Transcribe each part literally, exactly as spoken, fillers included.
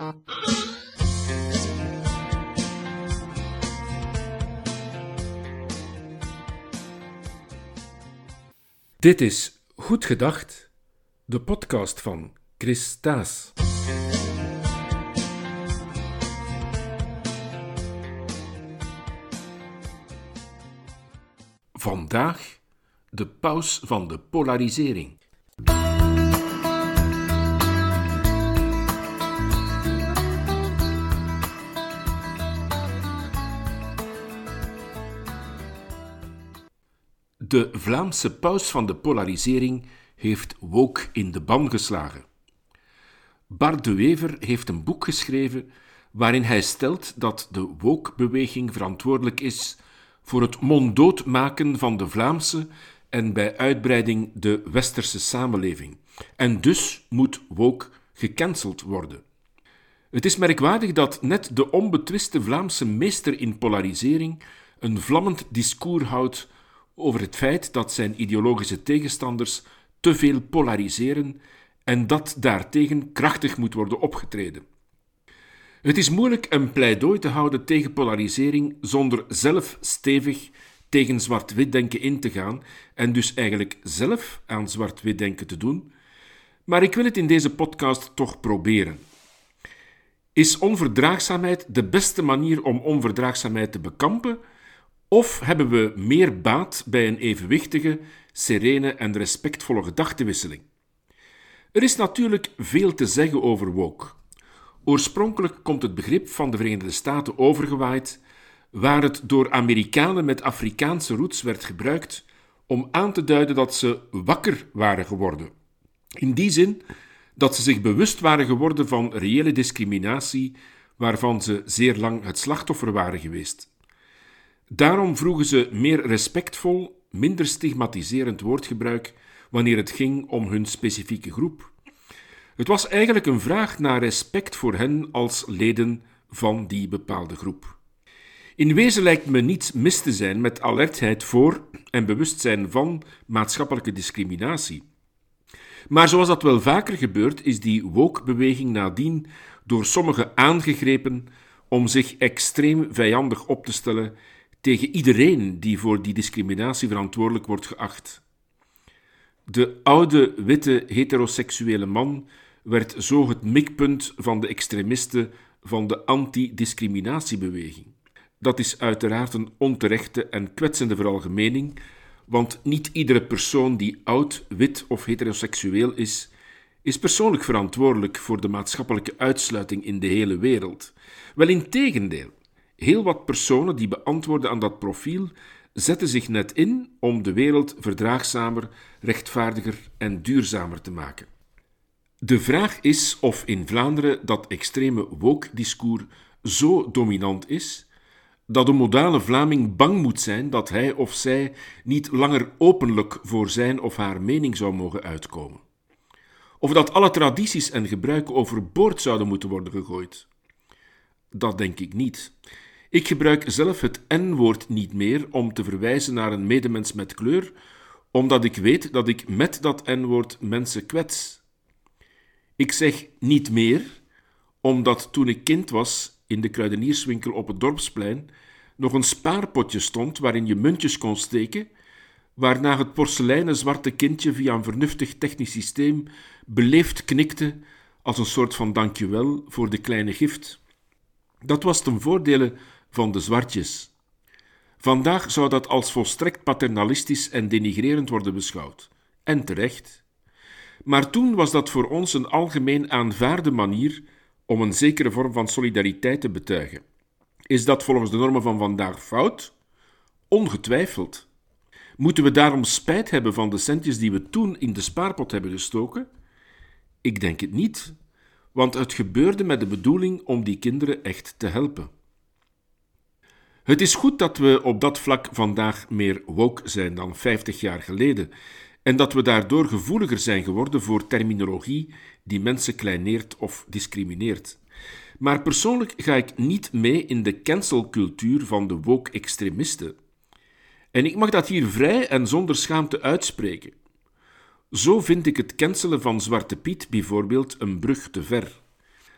Dit is Goed Gedacht, de podcast van Chris Thijs. Vandaag de paus van de polarisering. De Vlaamse paus van de polarisering heeft woke in de ban geslagen. Bart de Wever heeft een boek geschreven waarin hij stelt dat de woke-beweging verantwoordelijk is voor het monddood maken van de Vlaamse en bij uitbreiding de westerse samenleving. En dus moet woke gecanceld worden. Het is merkwaardig dat net de onbetwiste Vlaamse meester in polarisering een vlammend discours houdt over het feit dat zijn ideologische tegenstanders te veel polariseren en dat daartegen krachtig moet worden opgetreden. Het is moeilijk een pleidooi te houden tegen polarisering zonder zelf stevig tegen zwart-wit denken in te gaan en dus eigenlijk zelf aan zwart-wit denken te doen, maar ik wil het in deze podcast toch proberen. Is onverdraagzaamheid de beste manier om onverdraagzaamheid te bekampen? Of hebben we meer baat bij een evenwichtige, serene en respectvolle gedachtenwisseling? Er is natuurlijk veel te zeggen over woke. Oorspronkelijk komt het begrip van de Verenigde Staten overgewaaid, waar het door Amerikanen met Afrikaanse roots werd gebruikt om aan te duiden dat ze wakker waren geworden. In die zin dat ze zich bewust waren geworden van reële discriminatie, waarvan ze zeer lang het slachtoffer waren geweest. Daarom vroegen ze meer respectvol, minder stigmatiserend woordgebruik wanneer het ging om hun specifieke groep. Het was eigenlijk een vraag naar respect voor hen als leden van die bepaalde groep. In wezen lijkt me niets mis te zijn met alertheid voor en bewustzijn van maatschappelijke discriminatie. Maar zoals dat wel vaker gebeurt, is die woke-beweging nadien door sommigen aangegrepen om zich extreem vijandig op te stellen tegen iedereen die voor die discriminatie verantwoordelijk wordt geacht. De oude, witte, heteroseksuele man werd zo het mikpunt van de extremisten van de anti-discriminatiebeweging. Dat is uiteraard een onterechte en kwetsende veralgemening, want niet iedere persoon die oud, wit of heteroseksueel is, is persoonlijk verantwoordelijk voor de maatschappelijke uitsluiting in de hele wereld. Wel integendeel. Heel wat personen die beantwoorden aan dat profiel zetten zich net in om de wereld verdraagzamer, rechtvaardiger en duurzamer te maken. De vraag is of in Vlaanderen dat extreme woke-discours zo dominant is dat de modale Vlaming bang moet zijn dat hij of zij niet langer openlijk voor zijn of haar mening zou mogen uitkomen. Of dat alle tradities en gebruiken overboord zouden moeten worden gegooid. Dat denk ik niet. Ik gebruik zelf het N-woord niet meer om te verwijzen naar een medemens met kleur, omdat ik weet dat ik met dat N-woord mensen kwets. Ik zeg niet meer, omdat toen ik kind was in de kruidenierswinkel op het dorpsplein nog een spaarpotje stond waarin je muntjes kon steken, waarna het porseleinen zwarte kindje via een vernuftig technisch systeem beleefd knikte als een soort van dankjewel voor de kleine gift. Dat was ten voordele van de zwartjes. Vandaag zou dat als volstrekt paternalistisch en denigrerend worden beschouwd. En terecht. Maar toen was dat voor ons een algemeen aanvaarde manier om een zekere vorm van solidariteit te betuigen. Is dat volgens de normen van vandaag fout? Ongetwijfeld. Moeten we daarom spijt hebben van de centjes die we toen in de spaarpot hebben gestoken? Ik denk het niet, want het gebeurde met de bedoeling om die kinderen echt te helpen. Het is goed dat we op dat vlak vandaag meer woke zijn dan vijftig jaar geleden en dat we daardoor gevoeliger zijn geworden voor terminologie die mensen kleineert of discrimineert. Maar persoonlijk ga ik niet mee in de cancelcultuur van de woke-extremisten. En ik mag dat hier vrij en zonder schaamte uitspreken. Zo vind ik het cancelen van Zwarte Piet bijvoorbeeld een brug te ver.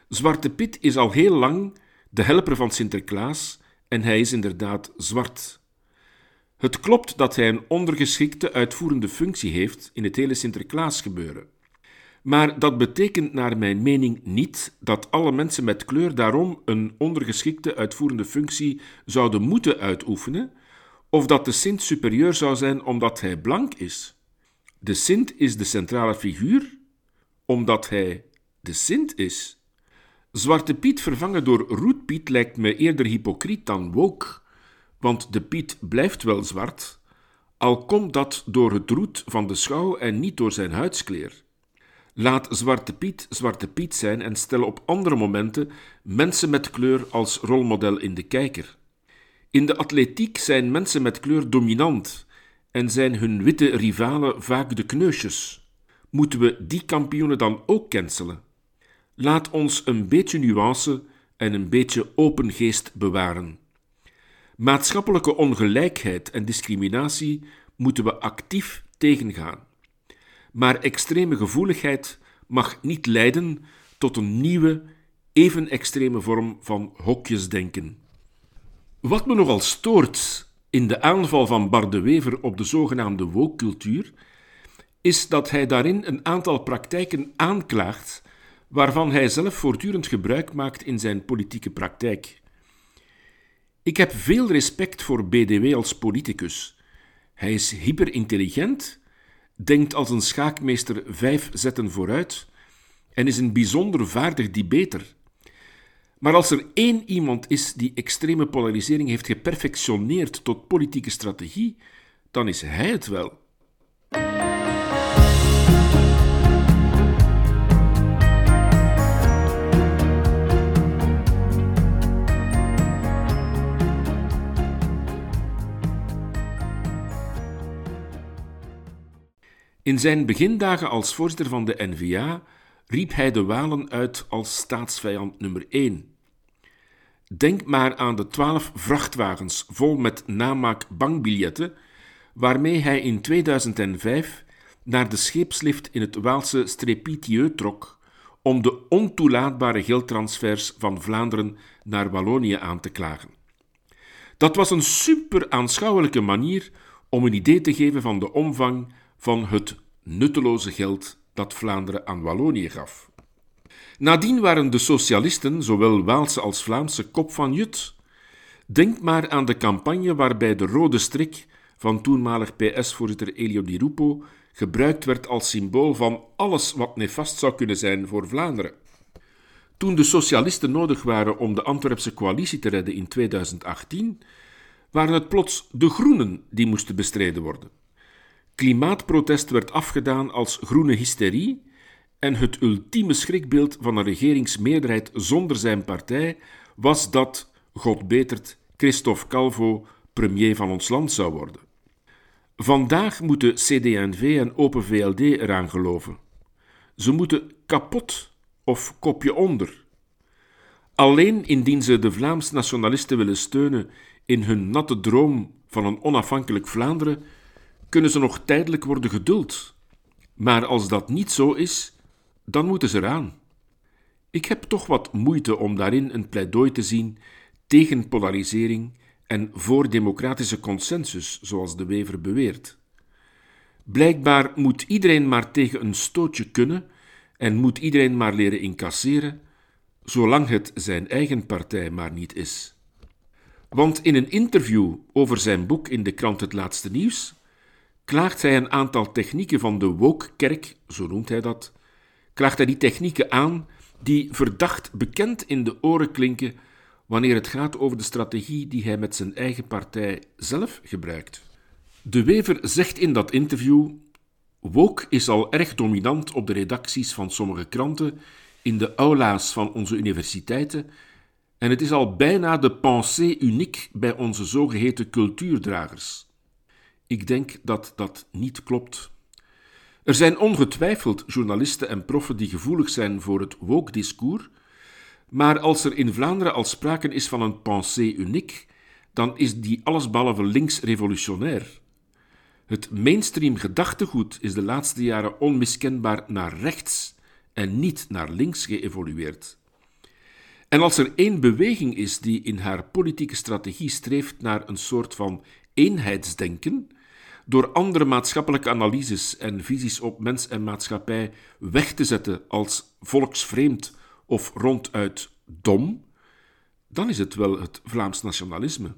Zwarte Piet is al heel lang de helper van Sinterklaas en hij is inderdaad zwart. Het klopt dat hij een ondergeschikte uitvoerende functie heeft in het hele Sinterklaasgebeuren. Maar dat betekent naar mijn mening niet dat alle mensen met kleur daarom een ondergeschikte uitvoerende functie zouden moeten uitoefenen, of dat de Sint superieur zou zijn omdat hij blank is. De Sint is de centrale figuur omdat hij de Sint is. Zwarte Piet vervangen door Roet-Piet lijkt me eerder hypocriet dan woke, want de Piet blijft wel zwart, al komt dat door het roet van de schouw en niet door zijn huidskleur. Laat Zwarte Piet Zwarte Piet zijn en stel op andere momenten mensen met kleur als rolmodel in de kijker. In de atletiek zijn mensen met kleur dominant en zijn hun witte rivalen vaak de kneusjes. Moeten we die kampioenen dan ook cancelen? Laat ons een beetje nuance en een beetje open geest bewaren. Maatschappelijke ongelijkheid en discriminatie moeten we actief tegengaan. Maar extreme gevoeligheid mag niet leiden tot een nieuwe, even extreme vorm van hokjesdenken. Wat me nogal stoort in de aanval van Bart de Wever op de zogenaamde woke-cultuur, is dat hij daarin een aantal praktijken aanklaagt waarvan hij zelf voortdurend gebruik maakt in zijn politieke praktijk. Ik heb veel respect voor B D W als politicus. Hij is hyperintelligent, denkt als een schaakmeester vijf zetten vooruit en is een bijzonder vaardig debater. Maar als er één iemand is die extreme polarisering heeft geperfectioneerd tot politieke strategie, dan is hij het wel. In zijn begindagen als voorzitter van de N V A riep hij de Walen uit als staatsvijand nummer één. Denk maar aan de twaalf vrachtwagens vol met namaak bankbiljetten, waarmee hij in tweeduizend vijf naar de scheepslift in het Waalse Strépitieux trok om de ontoelaatbare geldtransfers van Vlaanderen naar Wallonië aan te klagen. Dat was een super aanschouwelijke manier om een idee te geven van de omvang van het nutteloze geld dat Vlaanderen aan Wallonië gaf. Nadien waren de socialisten, zowel Waalse als Vlaamse, kop van jut. Denk maar aan de campagne waarbij de rode strik van toenmalig P S-voorzitter Elio Di Rupo gebruikt werd als symbool van alles wat nefast zou kunnen zijn voor Vlaanderen. Toen de socialisten nodig waren om de Antwerpse coalitie te redden in tweeduizend achttien, waren het plots de groenen die moesten bestreden worden. Klimaatprotest werd afgedaan als groene hysterie en het ultieme schrikbeeld van een regeringsmeerderheid zonder zijn partij was dat, God betert, Christophe Calvo premier van ons land zou worden. Vandaag moeten C D en V en Open V L D eraan geloven. Ze moeten kapot of kopje onder. Alleen indien ze de Vlaams nationalisten willen steunen in hun natte droom van een onafhankelijk Vlaanderen, kunnen ze nog tijdelijk worden geduld. Maar als dat niet zo is, dan moeten ze eraan. Ik heb toch wat moeite om daarin een pleidooi te zien tegen polarisering en voor democratische consensus, zoals de Wever beweert. Blijkbaar moet iedereen maar tegen een stootje kunnen en moet iedereen maar leren incasseren, zolang het zijn eigen partij maar niet is. Want in een interview over zijn boek in de krant Het Laatste Nieuws klaagt hij een aantal technieken van de woke-kerk, zo noemt hij dat, klaagt hij die technieken aan die verdacht bekend in de oren klinken wanneer het gaat over de strategie die hij met zijn eigen partij zelf gebruikt. De Wever zegt in dat interview: woke is al erg dominant op de redacties van sommige kranten, in de aula's van onze universiteiten, en het is al bijna de pensée unique bij onze zogeheten cultuurdragers. Ik denk dat dat niet klopt. Er zijn ongetwijfeld journalisten en proffen die gevoelig zijn voor het woke-discours, maar als er in Vlaanderen al sprake is van een pensée unique, dan is die allesbehalve links-revolutionair. Het mainstream gedachtegoed is de laatste jaren onmiskenbaar naar rechts en niet naar links geëvolueerd. En als er één beweging is die in haar politieke strategie streeft naar een soort van eenheidsdenken, door andere maatschappelijke analyses en visies op mens en maatschappij weg te zetten als volksvreemd of ronduit dom, dan is het wel het Vlaams nationalisme.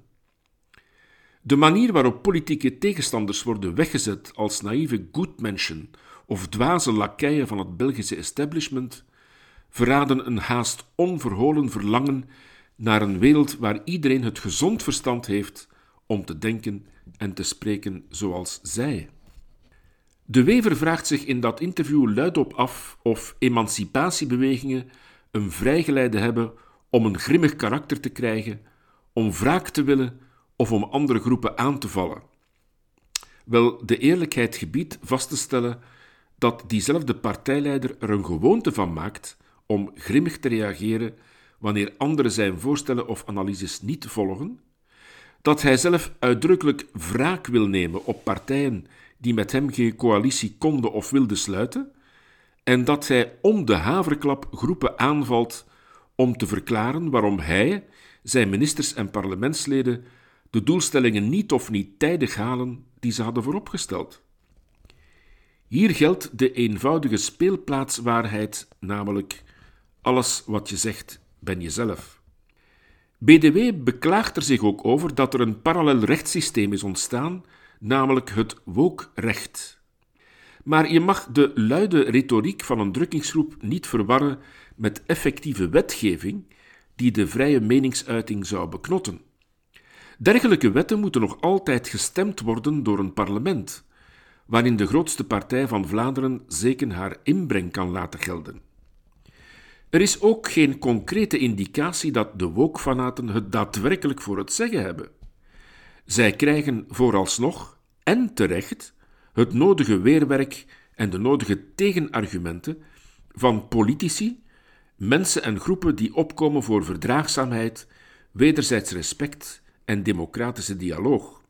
De manier waarop politieke tegenstanders worden weggezet als naïeve goedmenschen of dwaze lakeien van het Belgische establishment verraden een haast onverholen verlangen naar een wereld waar iedereen het gezond verstand heeft om te denken en te spreken zoals zij. De Wever vraagt zich in dat interview luidop af of emancipatiebewegingen een vrijgeleide hebben om een grimmig karakter te krijgen, om wraak te willen of om andere groepen aan te vallen. Wel, de eerlijkheid gebiedt vast te stellen dat diezelfde partijleider er een gewoonte van maakt om grimmig te reageren wanneer anderen zijn voorstellen of analyses niet volgen, dat hij zelf uitdrukkelijk wraak wil nemen op partijen die met hem geen coalitie konden of wilden sluiten, en dat hij om de haverklap groepen aanvalt om te verklaren waarom hij, zijn ministers en parlementsleden, de doelstellingen niet of niet tijdig halen die ze hadden vooropgesteld. Hier geldt de eenvoudige speelplaatswaarheid, namelijk alles wat je zegt, ben jezelf. B D W beklaagt er zich ook over dat er een parallel rechtssysteem is ontstaan, namelijk het woke-recht. Maar je mag de luide retoriek van een drukkingsgroep niet verwarren met effectieve wetgeving die de vrije meningsuiting zou beknotten. Dergelijke wetten moeten nog altijd gestemd worden door een parlement, waarin de grootste partij van Vlaanderen zeker haar inbreng kan laten gelden. Er is ook geen concrete indicatie dat de woke-fanaten het daadwerkelijk voor het zeggen hebben. Zij krijgen vooralsnog, en terecht, het nodige weerwerk en de nodige tegenargumenten van politici, mensen en groepen die opkomen voor verdraagzaamheid, wederzijds respect en democratische dialoog.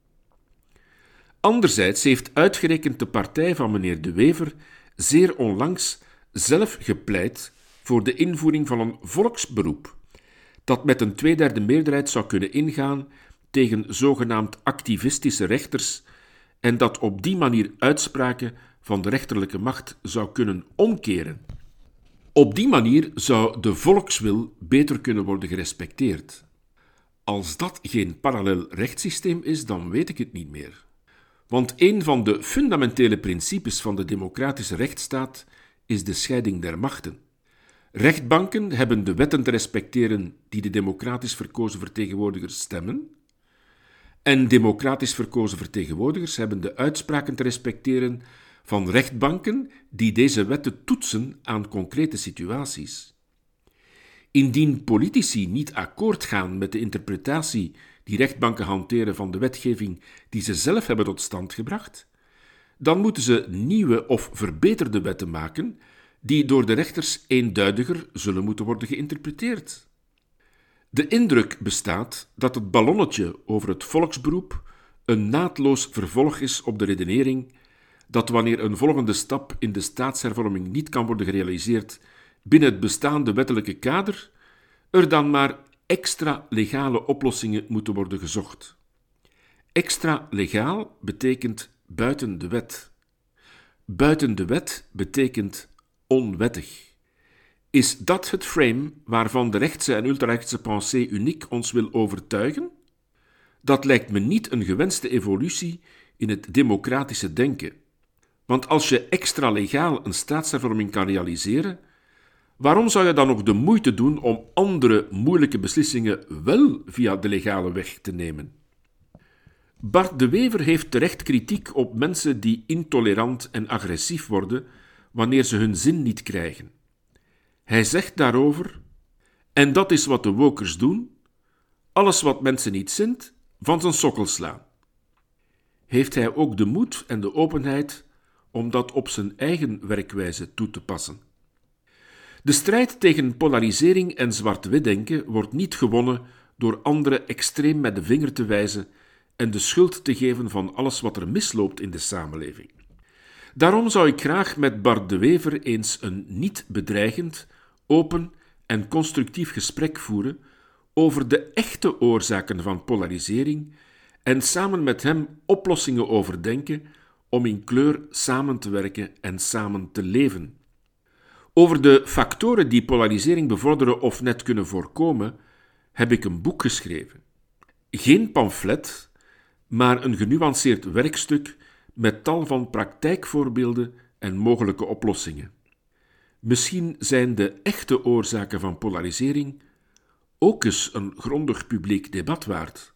Anderzijds heeft uitgerekend de partij van meneer De Wever zeer onlangs zelf gepleit voor de invoering van een volksberoep, dat met een tweederde meerderheid zou kunnen ingaan tegen zogenaamd activistische rechters en dat op die manier uitspraken van de rechterlijke macht zou kunnen omkeren. Op die manier zou de volkswil beter kunnen worden gerespecteerd. Als dat geen parallel rechtssysteem is, dan weet ik het niet meer. Want een van de fundamentele principes van de democratische rechtsstaat is de scheiding der machten. Rechtbanken hebben de wetten te respecteren die de democratisch verkozen vertegenwoordigers stemmen, en democratisch verkozen vertegenwoordigers hebben de uitspraken te respecteren van rechtbanken die deze wetten toetsen aan concrete situaties. Indien politici niet akkoord gaan met de interpretatie die rechtbanken hanteren van de wetgeving die ze zelf hebben tot stand gebracht, dan moeten ze nieuwe of verbeterde wetten maken die door de rechters eenduidiger zullen moeten worden geïnterpreteerd. De indruk bestaat dat het ballonnetje over het volksberoep een naadloos vervolg is op de redenering dat wanneer een volgende stap in de staatshervorming niet kan worden gerealiseerd binnen het bestaande wettelijke kader, er dan maar extra legale oplossingen moeten worden gezocht. Extra legaal betekent buiten de wet. Buiten de wet betekent onwettig. Is dat het frame waarvan de rechtse en ultrarechtse pensée uniek ons wil overtuigen? Dat lijkt me niet een gewenste evolutie in het democratische denken. Want als je extra legaal een staatshervorming kan realiseren, waarom zou je dan nog de moeite doen om andere moeilijke beslissingen wel via de legale weg te nemen? Bart De Wever heeft terecht kritiek op mensen die intolerant en agressief worden wanneer ze hun zin niet krijgen. Hij zegt daarover, en dat is wat de wokers doen, alles wat mensen niet zint, van zijn sokkel slaan. Heeft hij ook de moed en de openheid om dat op zijn eigen werkwijze toe te passen? De strijd tegen polarisering en zwart-wit denken wordt niet gewonnen door anderen extreem met de vinger te wijzen en de schuld te geven van alles wat er misloopt in de samenleving. Daarom zou ik graag met Bart De Wever eens een niet bedreigend, open en constructief gesprek voeren over de echte oorzaken van polarisering en samen met hem oplossingen overdenken om in kleur samen te werken en samen te leven. Over de factoren die polarisering bevorderen of net kunnen voorkomen, heb ik een boek geschreven. Geen pamflet, maar een genuanceerd werkstuk met tal van praktijkvoorbeelden en mogelijke oplossingen. Misschien zijn de echte oorzaken van polarisering ook eens een grondig publiek debat waard.